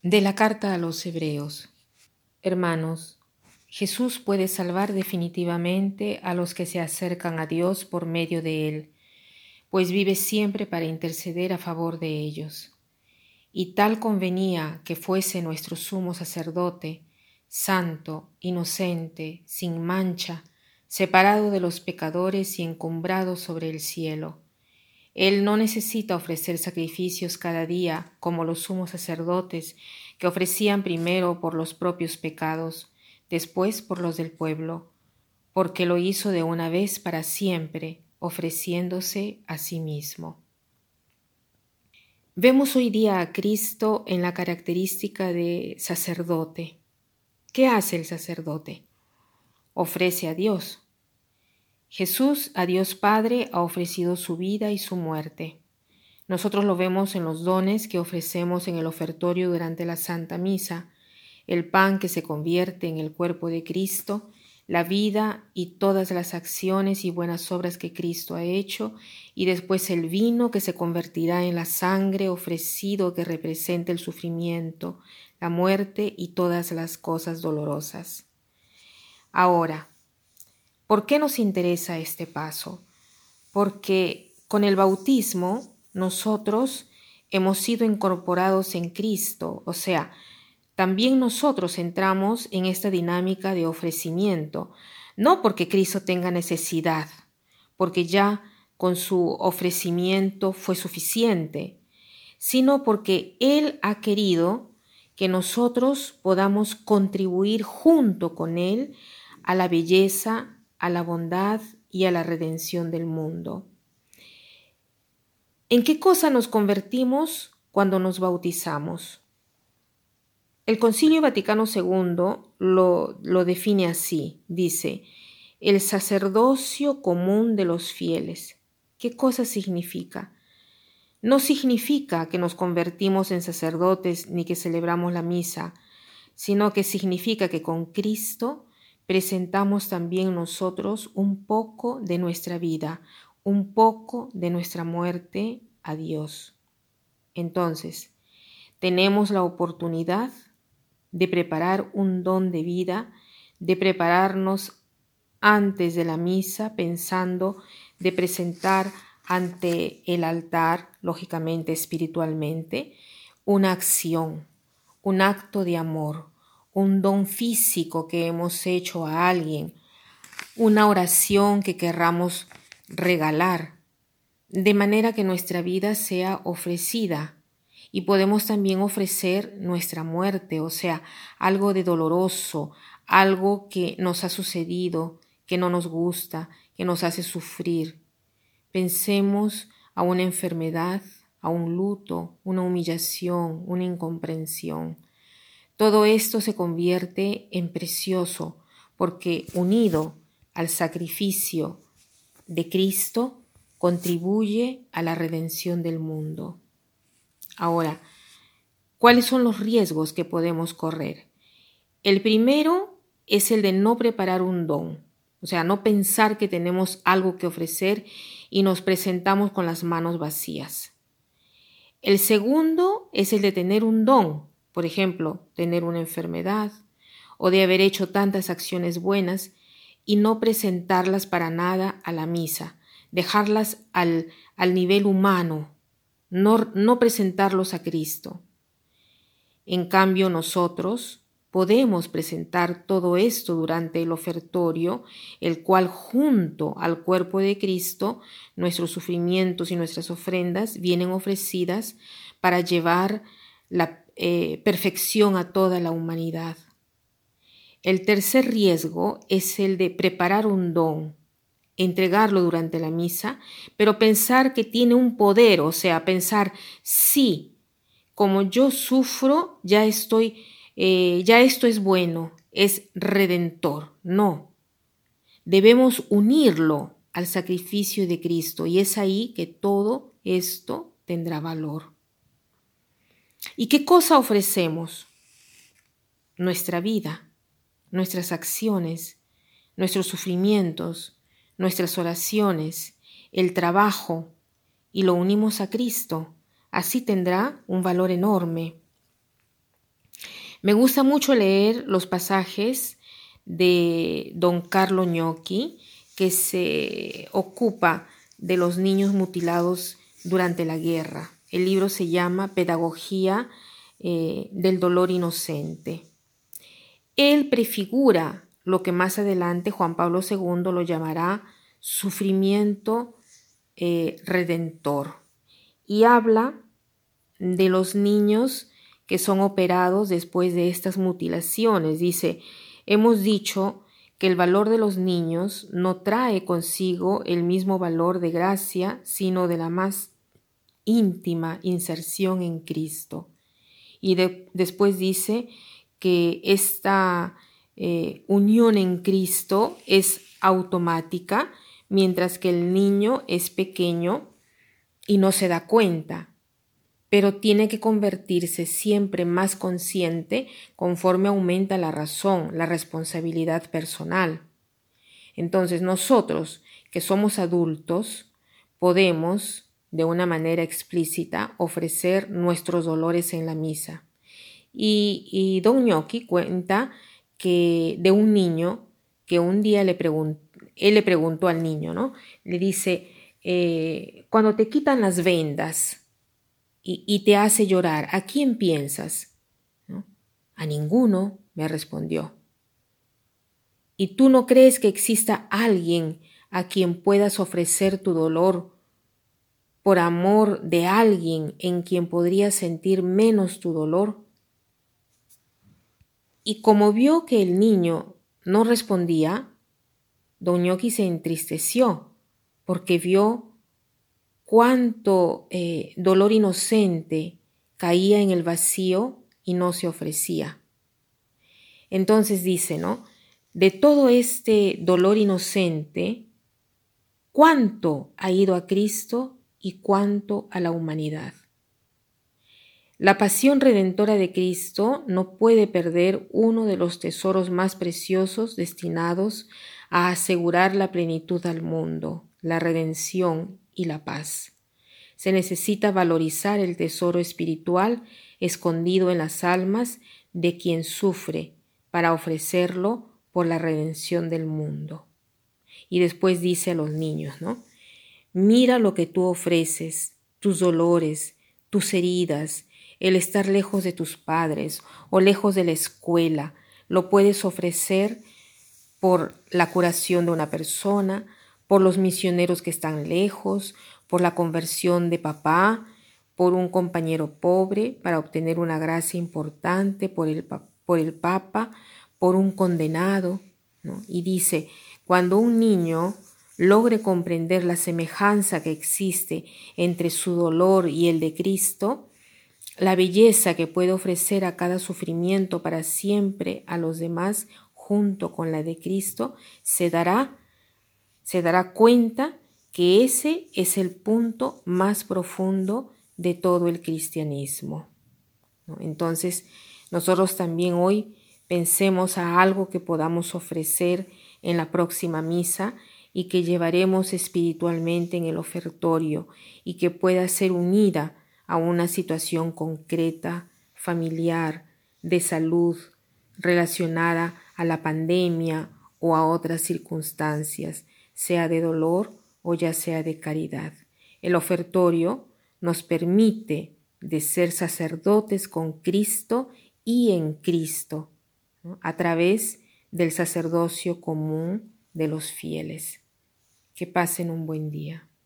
De la carta a los Hebreos. Hermanos, Jesús puede salvar definitivamente a los que se acercan a Dios por medio de Él, pues vive siempre para interceder a favor de ellos. Y tal convenía que fuese nuestro sumo sacerdote, santo, inocente, sin mancha, separado de los pecadores y encumbrado sobre el cielo. Él no necesita ofrecer sacrificios cada día como los sumos sacerdotes que ofrecían primero por los propios pecados, después por los del pueblo, porque lo hizo de una vez para siempre, ofreciéndose a sí mismo. Vemos hoy día a Cristo en la característica de sacerdote. ¿Qué hace el sacerdote? Ofrece a Dios. Jesús, a Dios Padre, ha ofrecido su vida y su muerte. Nosotros lo vemos en los dones que ofrecemos en el ofertorio durante la Santa Misa, el pan que se convierte en el cuerpo de Cristo, la vida y todas las acciones y buenas obras que Cristo ha hecho, y después el vino que se convertirá en la sangre ofrecido que representa el sufrimiento, la muerte y todas las cosas dolorosas. Ahora, ¿por qué nos interesa este paso? Porque con el bautismo nosotros hemos sido incorporados en Cristo, o sea, también nosotros entramos en esta dinámica de ofrecimiento, no porque Cristo tenga necesidad, porque ya con su ofrecimiento fue suficiente, sino porque Él ha querido que nosotros podamos contribuir junto con Él a la belleza, a la bondad y a la redención del mundo. ¿En qué cosa nos convertimos cuando nos bautizamos? El Concilio Vaticano II lo define así, dice, el sacerdocio común de los fieles. ¿Qué cosa significa? No significa que nos convertimos en sacerdotes ni que celebramos la misa, sino que significa que con Cristo presentamos también nosotros un poco de nuestra vida, un poco de nuestra muerte a Dios. Entonces, tenemos la oportunidad de preparar un don de vida, de prepararnos antes de la misa, pensando de presentar ante el altar, lógicamente espiritualmente, una acción, un acto de amor, un don físico que hemos hecho a alguien, una oración que querramos regalar, de manera que nuestra vida sea ofrecida. Y podemos también ofrecer nuestra muerte, o sea, algo de doloroso, algo que nos ha sucedido, que no nos gusta, que nos hace sufrir. Pensemos a una enfermedad, a un luto, una humillación, una incomprensión. Todo esto se convierte en precioso porque unido al sacrificio de Cristo contribuye a la redención del mundo. Ahora, ¿cuáles son los riesgos que podemos correr? El primero es el de no preparar un don, o sea, no pensar que tenemos algo que ofrecer y nos presentamos con las manos vacías. El segundo es el de tener un don, por ejemplo, tener una enfermedad o de haber hecho tantas acciones buenas y no presentarlas para nada a la misa, dejarlas al nivel humano, no presentarlos a Cristo. En cambio, nosotros podemos presentar todo esto durante el ofertorio, el cual junto al cuerpo de Cristo, nuestros sufrimientos y nuestras ofrendas vienen ofrecidas para llevar la perfección a toda la humanidad. El tercer riesgo es el de preparar un don, entregarlo durante la misa, pero pensar que tiene un poder, o sea, pensar, sí, como yo sufro, ya esto es bueno, es redentor. No, debemos unirlo al sacrificio de Cristo y es ahí que todo esto tendrá valor. ¿Y qué cosa ofrecemos? Nuestra vida, nuestras acciones, nuestros sufrimientos, nuestras oraciones, el trabajo, y lo unimos a Cristo. Así tendrá un valor enorme. Me gusta mucho leer los pasajes de don Carlo Gnocchi, que se ocupa de los niños mutilados durante la guerra. El libro se llama Pedagogía del dolor inocente. Él prefigura lo que más adelante Juan Pablo II lo llamará sufrimiento redentor, y habla de los niños que son operados después de estas mutilaciones. Dice, hemos dicho que el valor de los niños no trae consigo el mismo valor de gracia, sino de la más íntima inserción en Cristo. Y después dice que esta unión en Cristo es automática, mientras que el niño es pequeño y no se da cuenta, pero tiene que convertirse siempre más consciente conforme aumenta la razón, la responsabilidad personal. Entonces nosotros, que somos adultos, podemos, de una manera explícita, ofrecer nuestros dolores en la misa. Y don Gnocchi cuenta que de un niño que un día él le preguntó al niño, ¿no? Le dice, cuando te quitan las vendas y te hace llorar, ¿a quién piensas? ¿No? A ninguno, me respondió. ¿Y tú no crees que exista alguien a quien puedas ofrecer tu dolor por amor de alguien en quien podrías sentir menos tu dolor? Y como vio que el niño no respondía, don Gnocchi se entristeció porque vio cuánto dolor inocente caía en el vacío y no se ofrecía. Entonces dice, ¿no? De todo este dolor inocente, ¿cuánto ha ido a Cristo y cuánto a la humanidad? La pasión redentora de Cristo no puede perder uno de los tesoros más preciosos destinados a asegurar la plenitud al mundo, la redención y la paz. Se necesita valorizar el tesoro espiritual escondido en las almas de quien sufre para ofrecerlo por la redención del mundo. Y después dice a los niños, ¿no? Mira lo que tú ofreces, tus dolores, tus heridas, el estar lejos de tus padres o lejos de la escuela, lo puedes ofrecer por la curación de una persona, por los misioneros que están lejos, por la conversión de papá, por un compañero pobre para obtener una gracia importante, por el Papa, por un condenado, ¿no? Y dice, cuando un niño logre comprender la semejanza que existe entre su dolor y el de Cristo, la belleza que puede ofrecer a cada sufrimiento para siempre a los demás junto con la de Cristo, se dará cuenta que ese es el punto más profundo de todo el cristianismo, ¿no? Entonces, nosotros también hoy pensemos a algo que podamos ofrecer en la próxima misa y que llevaremos espiritualmente en el ofertorio y que pueda ser unida a una situación concreta, familiar, de salud, relacionada a la pandemia o a otras circunstancias, sea de dolor o ya sea de caridad. El ofertorio nos permite de ser sacerdotes con Cristo y en Cristo, ¿no? A través del sacerdocio común de los fieles. Que pasen un buen día.